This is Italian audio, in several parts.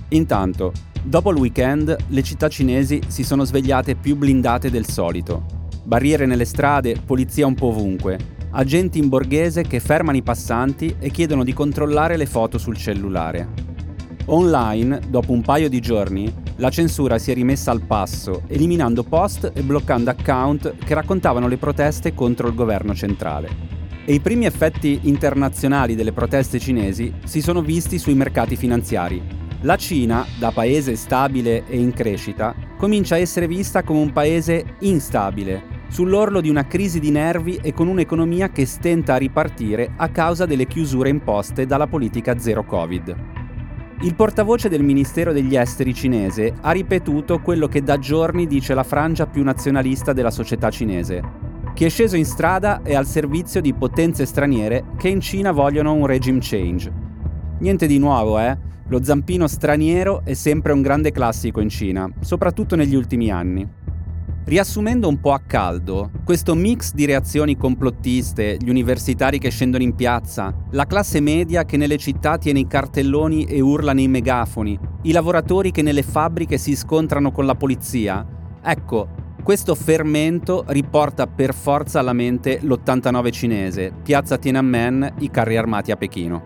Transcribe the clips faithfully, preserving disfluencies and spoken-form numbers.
Intanto, dopo il weekend, le città cinesi si sono svegliate più blindate del solito. Barriere nelle strade, polizia un po' ovunque, agenti in borghese che fermano i passanti e chiedono di controllare le foto sul cellulare. Online, dopo un paio di giorni, la censura si è rimessa al passo, eliminando post e bloccando account che raccontavano le proteste contro il governo centrale. E i primi effetti internazionali delle proteste cinesi si sono visti sui mercati finanziari. La Cina, da paese stabile e in crescita, comincia a essere vista come un paese instabile, sull'orlo di una crisi di nervi e con un'economia che stenta a ripartire a causa delle chiusure imposte dalla politica zero Covid. Il portavoce del Ministero degli Esteri cinese ha ripetuto quello che da giorni dice la frangia più nazionalista della società cinese. Chi è sceso in strada è al servizio di potenze straniere che in Cina vogliono un regime change. Niente di nuovo, eh? Lo zampino straniero è sempre un grande classico in Cina, soprattutto negli ultimi anni. Riassumendo un po' a caldo, questo mix di reazioni complottiste, gli universitari che scendono in piazza, la classe media che nelle città tiene i cartelloni e urla nei megafoni, i lavoratori che nelle fabbriche si scontrano con la polizia, ecco, questo fermento riporta per forza alla mente l'ottantanove cinese, piazza Tiananmen, i carri armati a Pechino.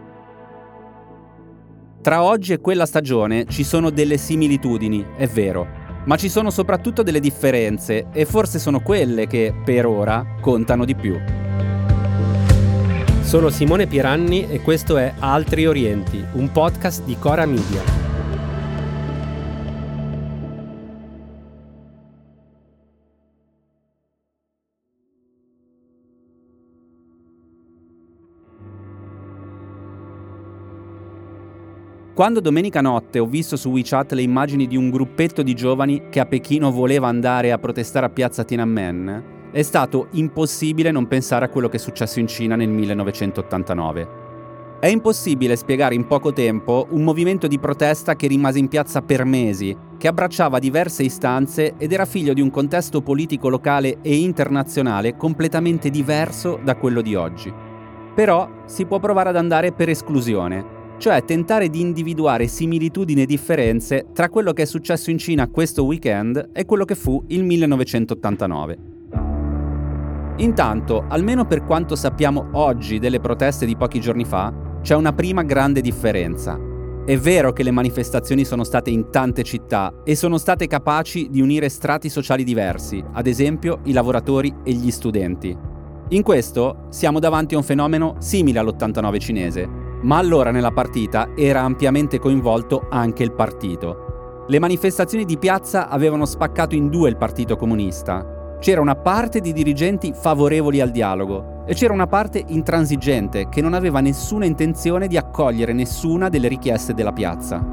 Tra oggi e quella stagione ci sono delle similitudini, è vero, ma ci sono soprattutto delle differenze e forse sono quelle che, per ora, contano di più. Sono Simone Piranni e questo è Altri Orienti, un podcast di Cora Media. Quando domenica notte ho visto su WeChat le immagini di un gruppetto di giovani che a Pechino voleva andare a protestare a piazza Tiananmen, è stato impossibile non pensare a quello che è successo in Cina nel millenovecentottantanove. È impossibile spiegare in poco tempo un movimento di protesta che rimase in piazza per mesi, che abbracciava diverse istanze ed era figlio di un contesto politico locale e internazionale completamente diverso da quello di oggi. Però si può provare ad andare per esclusione, cioè tentare di individuare similitudini e differenze tra quello che è successo in Cina questo weekend e quello che fu il millenovecentottantanove. Intanto, almeno per quanto sappiamo oggi delle proteste di pochi giorni fa, c'è una prima grande differenza. È vero che le manifestazioni sono state in tante città e sono state capaci di unire strati sociali diversi, ad esempio i lavoratori e gli studenti. In questo siamo davanti a un fenomeno simile all'ottantanove cinese, ma allora nella partita era ampiamente coinvolto anche il partito. Le manifestazioni di piazza avevano spaccato in due il Partito Comunista. C'era una parte di dirigenti favorevoli al dialogo e c'era una parte intransigente che non aveva nessuna intenzione di accogliere nessuna delle richieste della piazza.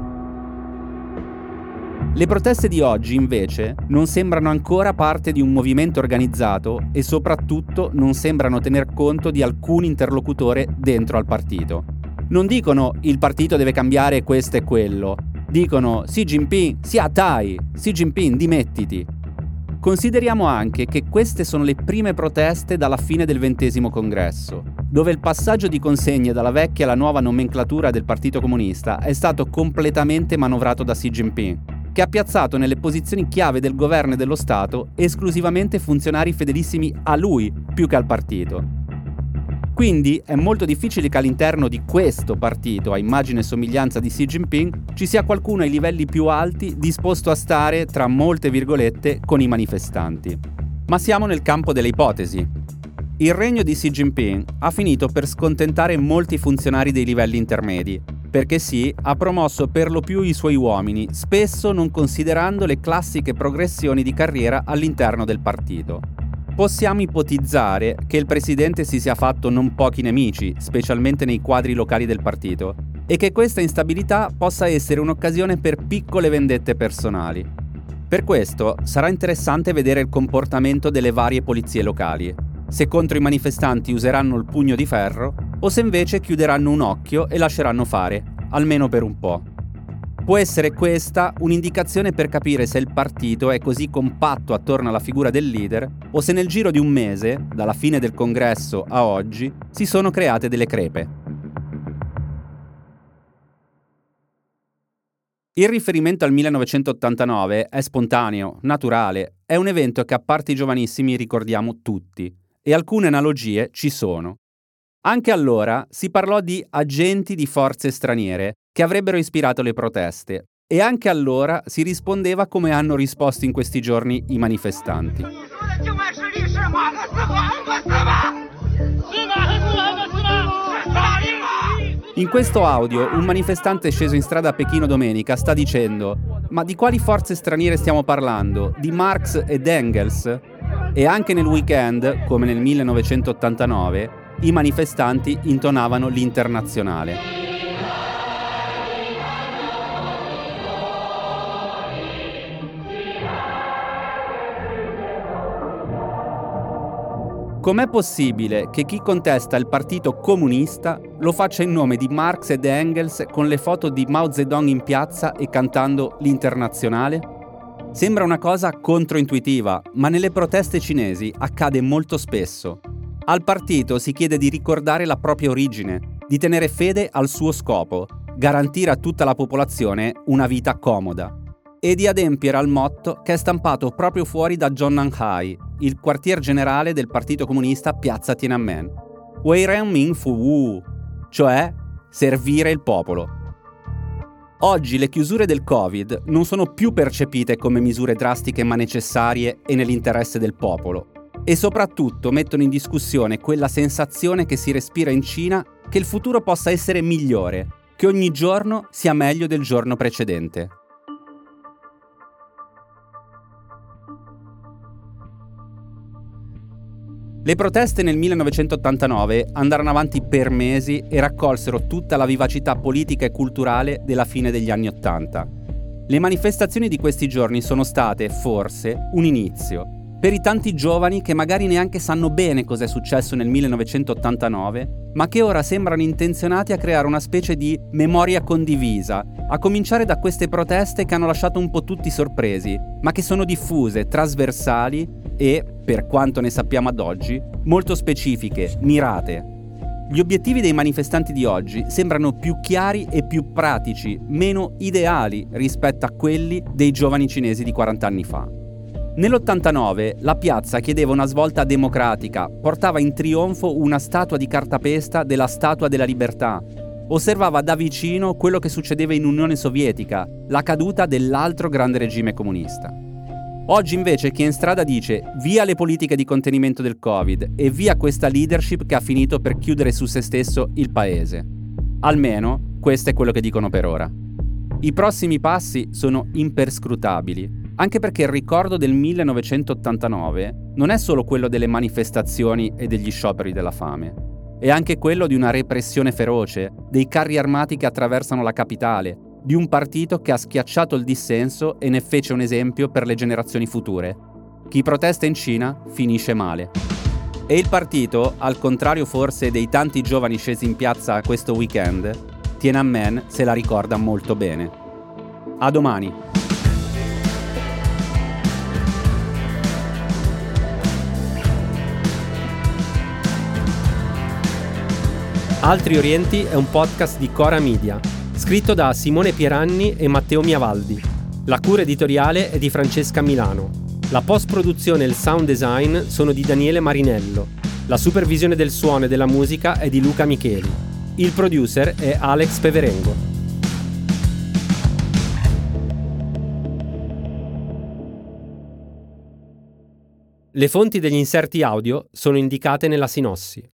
Le proteste di oggi, invece, non sembrano ancora parte di un movimento organizzato e soprattutto non sembrano tener conto di alcun interlocutore dentro al partito. Non dicono il partito deve cambiare questo e quello, dicono Xi Jinping, sia tai, Xi Jinping dimettiti. Consideriamo anche che queste sono le prime proteste dalla fine del ventesimo congresso, dove il passaggio di consegne dalla vecchia alla nuova nomenclatura del Partito Comunista è stato completamente manovrato da Xi Jinping, che ha piazzato nelle posizioni chiave del governo e dello Stato esclusivamente funzionari fedelissimi a lui più che al partito. Quindi è molto difficile che all'interno di questo partito, a immagine e somiglianza di Xi Jinping, ci sia qualcuno ai livelli più alti disposto a stare, tra molte virgolette, con i manifestanti. Ma siamo nel campo delle ipotesi. Il regno di Xi Jinping ha finito per scontentare molti funzionari dei livelli intermedi, perché Xi ha promosso per lo più i suoi uomini, spesso non considerando le classiche progressioni di carriera all'interno del partito. Possiamo ipotizzare che il presidente si sia fatto non pochi nemici, specialmente nei quadri locali del partito, e che questa instabilità possa essere un'occasione per piccole vendette personali. Per questo sarà interessante vedere il comportamento delle varie polizie locali, se contro i manifestanti useranno il pugno di ferro o se invece chiuderanno un occhio e lasceranno fare, almeno per un po'. Può essere questa un'indicazione per capire se il partito è così compatto attorno alla figura del leader o se nel giro di un mese, dalla fine del congresso a oggi, si sono create delle crepe. Il riferimento al millenovecentottantanove è spontaneo, naturale, è un evento che a parte i giovanissimi ricordiamo tutti, e alcune analogie ci sono. Anche allora si parlò di agenti di forze straniere che avrebbero ispirato le proteste, e anche allora si rispondeva come hanno risposto in questi giorni i manifestanti. In questo audio un manifestante sceso in strada a Pechino domenica sta dicendo: ma di quali forze straniere stiamo parlando? Di Marx ed Engels? E anche nel weekend, come nel millenovecentottantanove, i manifestanti intonavano l'Internazionale. Com'è possibile che chi contesta il partito comunista lo faccia in nome di Marx ed Engels con le foto di Mao Zedong in piazza e cantando l'Internazionale? Sembra una cosa controintuitiva, ma nelle proteste cinesi accade molto spesso. Al partito si chiede di ricordare la propria origine, di tenere fede al suo scopo, garantire a tutta la popolazione una vita comoda, e di adempiere al motto che è stampato proprio fuori da Zhongnanhai, il quartier generale del Partito Comunista Piazza Tiananmen. Wei Ren Min Fu Wu, cioè servire il popolo. Oggi le chiusure del Covid non sono più percepite come misure drastiche ma necessarie e nell'interesse del popolo, e soprattutto mettono in discussione quella sensazione che si respira in Cina che il futuro possa essere migliore, che ogni giorno sia meglio del giorno precedente. Le proteste nel millenovecentottantanove andarono avanti per mesi e raccolsero tutta la vivacità politica e culturale della fine degli anni Ottanta. Le manifestazioni di questi giorni sono state, forse, un inizio, per i tanti giovani che magari neanche sanno bene cos'è successo nel millenovecentottantanove, ma che ora sembrano intenzionati a creare una specie di memoria condivisa, a cominciare da queste proteste che hanno lasciato un po' tutti sorpresi, ma che sono diffuse, trasversali e, per quanto ne sappiamo ad oggi, molto specifiche, mirate. Gli obiettivi dei manifestanti di oggi sembrano più chiari e più pratici, meno ideali rispetto a quelli dei giovani cinesi di quaranta anni fa. Nell'ottantanove la piazza chiedeva una svolta democratica, portava in trionfo una statua di cartapesta della Statua della Libertà, osservava da vicino quello che succedeva in Unione Sovietica, la caduta dell'altro grande regime comunista. Oggi invece chi è in strada dice via le politiche di contenimento del Covid e via questa leadership che ha finito per chiudere su se stesso il paese. Almeno questo è quello che dicono per ora. I prossimi passi sono imperscrutabili, anche perché il ricordo del millenovecentottantanove non è solo quello delle manifestazioni e degli scioperi della fame, è anche quello di una repressione feroce, dei carri armati che attraversano la capitale, di un partito che ha schiacciato il dissenso e ne fece un esempio per le generazioni future. Chi protesta in Cina finisce male. E il partito, al contrario forse dei tanti giovani scesi in piazza questo weekend, Tiananmen se la ricorda molto bene. A domani! Altri Orienti è un podcast di Cora Media, scritto da Simone Pieranni e Matteo Miavaldi. La cura editoriale è di Francesca Milano. La post-produzione e il sound design sono di Daniele Marinello. La supervisione del suono e della musica è di Luca Micheli. Il producer è Alex Peverengo. Le fonti degli inserti audio sono indicate nella sinossi.